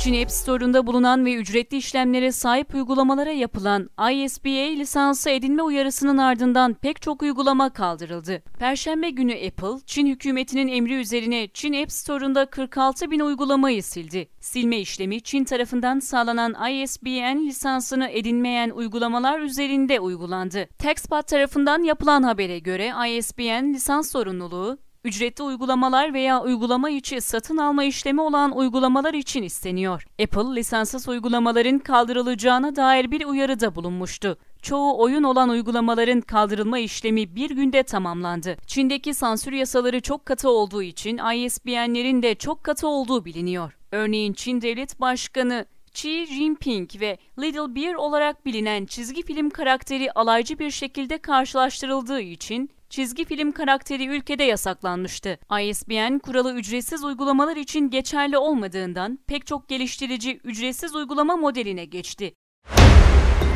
Çin App Store'unda bulunan ve ücretli işlemlere sahip uygulamalara yapılan ISBA lisansı edinme uyarısının ardından pek çok uygulama kaldırıldı. Perşembe günü Apple, Çin hükümetinin emri üzerine Çin App Store'unda 46 bin uygulamayı sildi. Silme işlemi Çin tarafından sağlanan ISBN lisansını edinmeyen uygulamalar üzerinde uygulandı. TechSpot tarafından yapılan habere göre ISBN lisans zorunluluğu, ücretli uygulamalar veya uygulama içi satın alma işlemi olan uygulamalar için isteniyor. Apple, lisanssız uygulamaların kaldırılacağına dair bir uyarıda bulunmuştu. Çoğu oyun olan uygulamaların kaldırılma işlemi bir günde tamamlandı. Çin'deki sansür yasaları çok katı olduğu için ISBN'lerin de çok katı olduğu biliniyor. Örneğin Çin Devlet Başkanı Xi Jinping ve Little Bear olarak bilinen çizgi film karakteri alaycı bir şekilde karşılaştırıldığı için çizgi film karakteri ülkede yasaklanmıştı. ISBN kuralı ücretsiz uygulamalar için geçerli olmadığından pek çok geliştirici ücretsiz uygulama modeline geçti.